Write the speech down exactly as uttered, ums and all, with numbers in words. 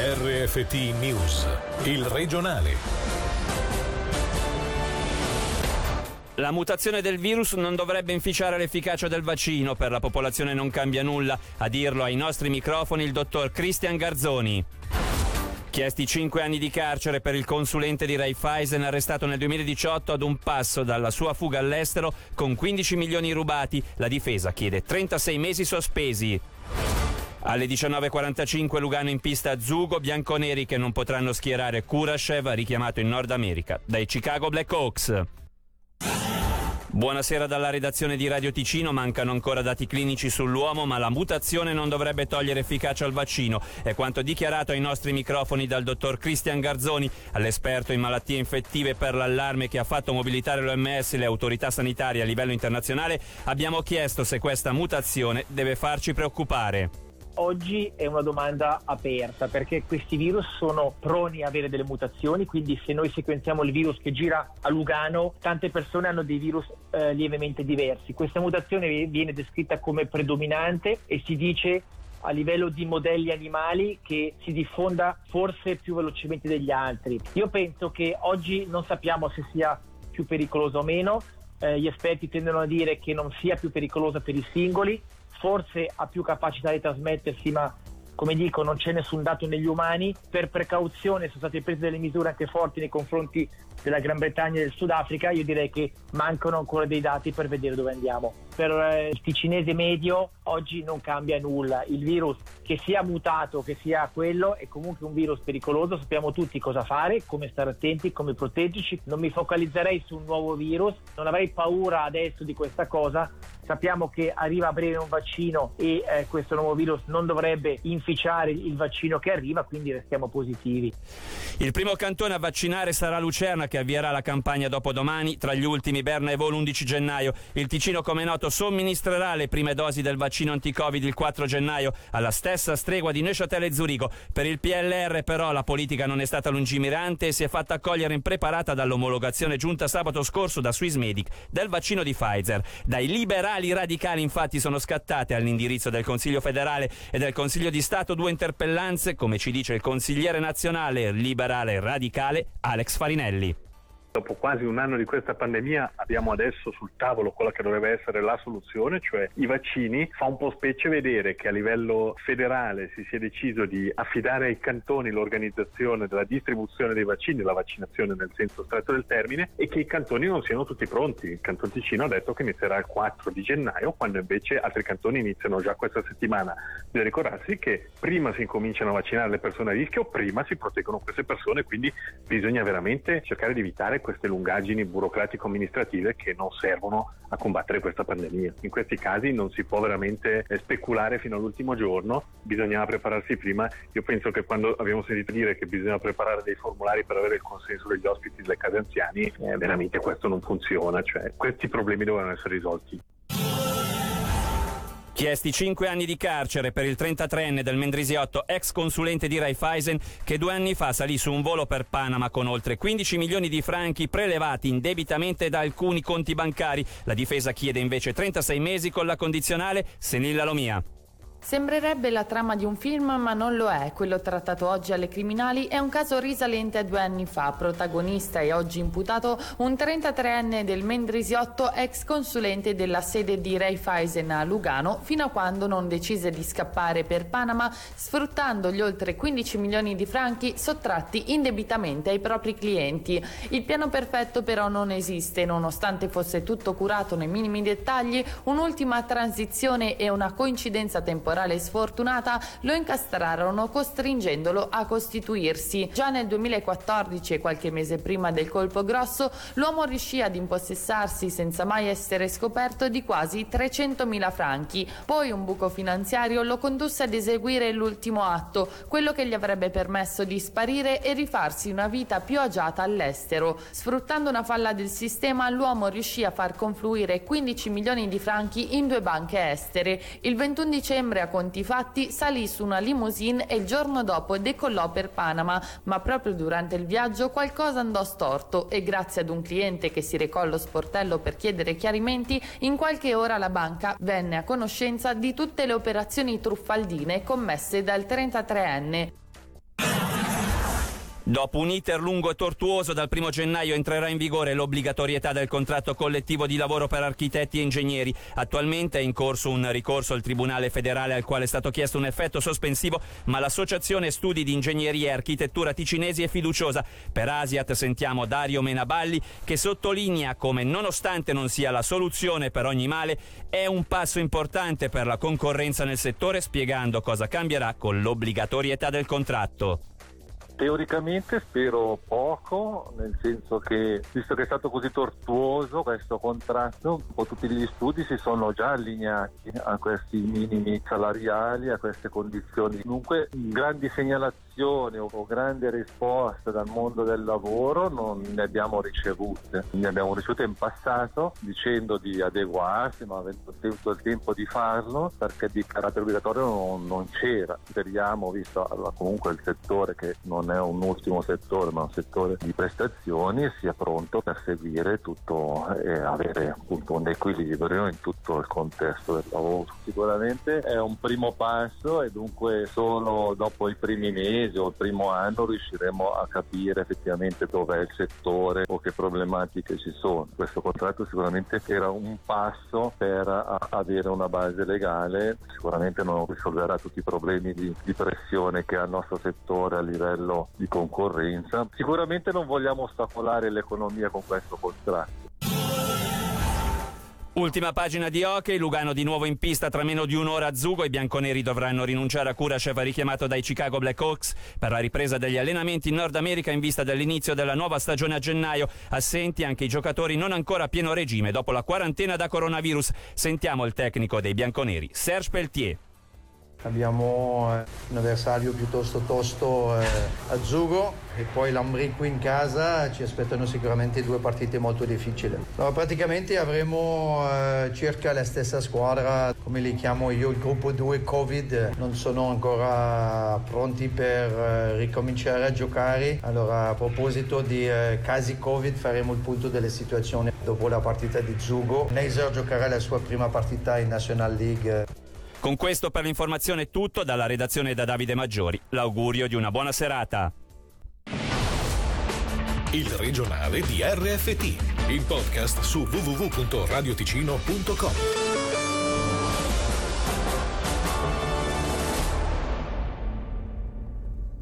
R F T News, il regionale. La mutazione del virus non dovrebbe inficiare l'efficacia del vaccino, per la popolazione non cambia nulla, a dirlo ai nostri microfoni il dottor Christian Garzoni. Chiesti cinque anni di carcere per il consulente di Raiffeisen arrestato nel duemiladiciotto ad un passo dalla sua fuga all'estero con quindici milioni rubati, la difesa chiede trentasei mesi sospesi. Alle diciannove e quarantacinque Lugano in pista a Zugo, bianconeri che non potranno schierare Kurashev, richiamato in Nord America dai Chicago Blackhawks. Buonasera dalla redazione di Radio Ticino. Mancano ancora dati clinici sull'uomo, ma la mutazione non dovrebbe togliere efficacia al vaccino. È quanto dichiarato ai nostri microfoni dal dottor Christian Garzoni, all'esperto in malattie infettive. Per l'allarme che ha fatto mobilitare l'O M S e le autorità sanitarie a livello internazionale, abbiamo chiesto se questa mutazione deve farci preoccupare. Oggi è una domanda aperta, perché questi virus sono proni a avere delle mutazioni, quindi se noi sequenziamo il virus che gira a Lugano, tante persone hanno dei virus eh, lievemente diversi. Questa mutazione viene descritta come predominante e si dice a livello di modelli animali che si diffonda forse più velocemente degli altri. Io penso che oggi non sappiamo se sia più pericolosa o meno, eh, gli esperti tendono a dire che non sia più pericolosa per i singoli, forse ha più capacità di trasmettersi, ma come dico non c'è nessun dato negli umani. Per precauzione sono state prese delle misure anche forti nei confronti della Gran Bretagna e del Sudafrica. Io direi che mancano ancora dei dati per vedere dove andiamo. Per eh, il ticinese medio oggi non cambia nulla, il virus che sia mutato, che sia quello, è comunque un virus pericoloso, sappiamo tutti cosa fare, come stare attenti, come proteggerci. Non mi focalizzerei su un nuovo virus, non avrei paura adesso di questa cosa. Sappiamo che arriva a breve un vaccino e eh, questo nuovo virus non dovrebbe inficiare il vaccino che arriva, quindi restiamo positivi. Il primo cantone a vaccinare sarà Lucerna, che avvierà la campagna dopodomani. Tra gli ultimi Berna e Volo l'undici gennaio. Il Ticino, come noto, somministrerà le prime dosi del vaccino anti-Covid il quattro gennaio, alla stessa stregua di Neuchâtel e Zurigo. Per il P L R però la politica non è stata lungimirante e si è fatta accogliere impreparata dall'omologazione giunta sabato scorso da Swissmedic del vaccino di Pfizer. Dai liberali I radicali infatti sono scattate all'indirizzo del Consiglio federale e del Consiglio di Stato due interpellanze, come ci dice il consigliere nazionale liberale radicale Alex Farinelli. Dopo quasi un anno di questa pandemia abbiamo adesso sul tavolo quella che dovrebbe essere la soluzione, cioè i vaccini. Fa un po' specie vedere che a livello federale si sia deciso di affidare ai cantoni l'organizzazione della distribuzione dei vaccini, la vaccinazione nel senso stretto del termine, e che i cantoni non siano tutti pronti. Il Canton Ticino ha detto che inizierà il quattro di gennaio, quando invece altri cantoni iniziano già questa settimana. Deve ricordarsi che prima si incominciano a vaccinare le persone a rischio, prima si proteggono queste persone, quindi bisogna veramente cercare di evitare queste lungaggini burocratico-amministrative che non servono a combattere questa pandemia. In questi casi non si può veramente speculare fino all'ultimo giorno, bisognava prepararsi prima. Io penso che quando abbiamo sentito dire che bisogna preparare dei formulari per avere il consenso degli ospiti delle case anziani, eh, veramente questo non funziona, cioè questi problemi dovevano essere risolti. Chiesti cinque anni di carcere per il trentatreenne del Mendrisiotto, ex consulente di Raiffeisen, che due anni fa salì su un volo per Panama con oltre quindici milioni di franchi prelevati indebitamente da alcuni conti bancari. La difesa chiede invece trentasei mesi con la condizionale Senilla Lomia. Sembrerebbe la trama di un film, ma non lo è. Quello trattato oggi alle criminali è un caso risalente a due anni fa. Protagonista e oggi imputato un trentatreenne del Mendrisiotto, ex consulente della sede di Raiffeisen a Lugano, fino a quando non decise di scappare per Panama, sfruttando gli oltre quindici milioni di franchi sottratti indebitamente ai propri clienti. Il piano perfetto però non esiste, nonostante fosse tutto curato nei minimi dettagli. Un'ultima transizione e una coincidenza temporale sfortunata lo incastrarono, costringendolo a costituirsi. Già nel duemilaquattordici, qualche mese prima del colpo grosso, l'uomo riuscì ad impossessarsi senza mai essere scoperto di quasi trecentomila franchi. Poi un buco finanziario lo condusse ad eseguire l'ultimo atto, quello che gli avrebbe permesso di sparire e rifarsi una vita più agiata all'estero. Sfruttando una falla del sistema, l'uomo riuscì a far confluire quindici milioni di franchi in due banche estere. Il ventuno dicembre, a conti fatti, salì su una limousine e il giorno dopo decollò per Panama, ma proprio durante il viaggio qualcosa andò storto e grazie ad un cliente che si recò allo sportello per chiedere chiarimenti, in qualche ora la banca venne a conoscenza di tutte le operazioni truffaldine commesse dal trentatreenne. Dopo un iter lungo e tortuoso, dal primo gennaio entrerà in vigore l'obbligatorietà del contratto collettivo di lavoro per architetti e ingegneri. Attualmente è in corso un ricorso al Tribunale federale al quale è stato chiesto un effetto sospensivo, ma l'Associazione Studi di Ingegneria e Architettura Ticinesi è fiduciosa. Per Asiat sentiamo Dario Menaballi, che sottolinea come, nonostante non sia la soluzione per ogni male, è un passo importante per la concorrenza nel settore, spiegando cosa cambierà con l'obbligatorietà del contratto. Teoricamente spero poco, nel senso che, visto che è stato così tortuoso questo contratto, un po' tutti gli studi si sono già allineati a questi minimi salariali, a queste condizioni. Dunque, grandi segnalazioni o grandi risposte dal mondo del lavoro non ne abbiamo ricevute. Ne abbiamo ricevute in passato dicendo di adeguarsi, ma avendo avuto il tempo di farlo, perché di carattere obbligatorio non, non c'era. Speriamo, visto comunque il settore che non è un ultimo settore ma un settore di prestazioni, sia pronto per seguire tutto e avere appunto un equilibrio in tutto il contesto del lavoro. Sicuramente è un primo passo e dunque solo dopo i primi mesi o il primo anno riusciremo a capire effettivamente dov'è il settore o che problematiche ci sono. Questo contratto sicuramente era un passo per a- avere una base legale, sicuramente non risolverà tutti i problemi di, di pressione che ha il nostro settore a livello di concorrenza. Sicuramente non vogliamo ostacolare l'economia con questo contratto. Ultima pagina di hockey, Lugano di nuovo in pista tra meno di un'ora a Zugo. I bianconeri dovranno rinunciare a Kurashev, richiamato dai Chicago Blackhawks per la ripresa degli allenamenti in Nord America in vista dell'inizio della nuova stagione a gennaio. Assenti anche i giocatori non ancora a pieno regime dopo la quarantena da coronavirus. Sentiamo il tecnico dei bianconeri, Serge Pelletier. Abbiamo un avversario piuttosto tosto eh, a Zugo e poi l'Ambri qui in casa. Ci aspettano sicuramente due partite molto difficili. Allora, praticamente avremo eh, circa la stessa squadra, come li chiamo io, il gruppo due Covid. Non sono ancora pronti per eh, ricominciare a giocare. Allora, a proposito di eh, casi Covid, faremo il punto delle situazioni dopo la partita di Zugo. Neisser giocherà la sua prima partita in National League. Con questo per l'informazione è tutto. Dalla redazione da Davide Maggiori, l'augurio di una buona serata. Il regionale di R F T, il podcast su w w w punto radioticino punto com.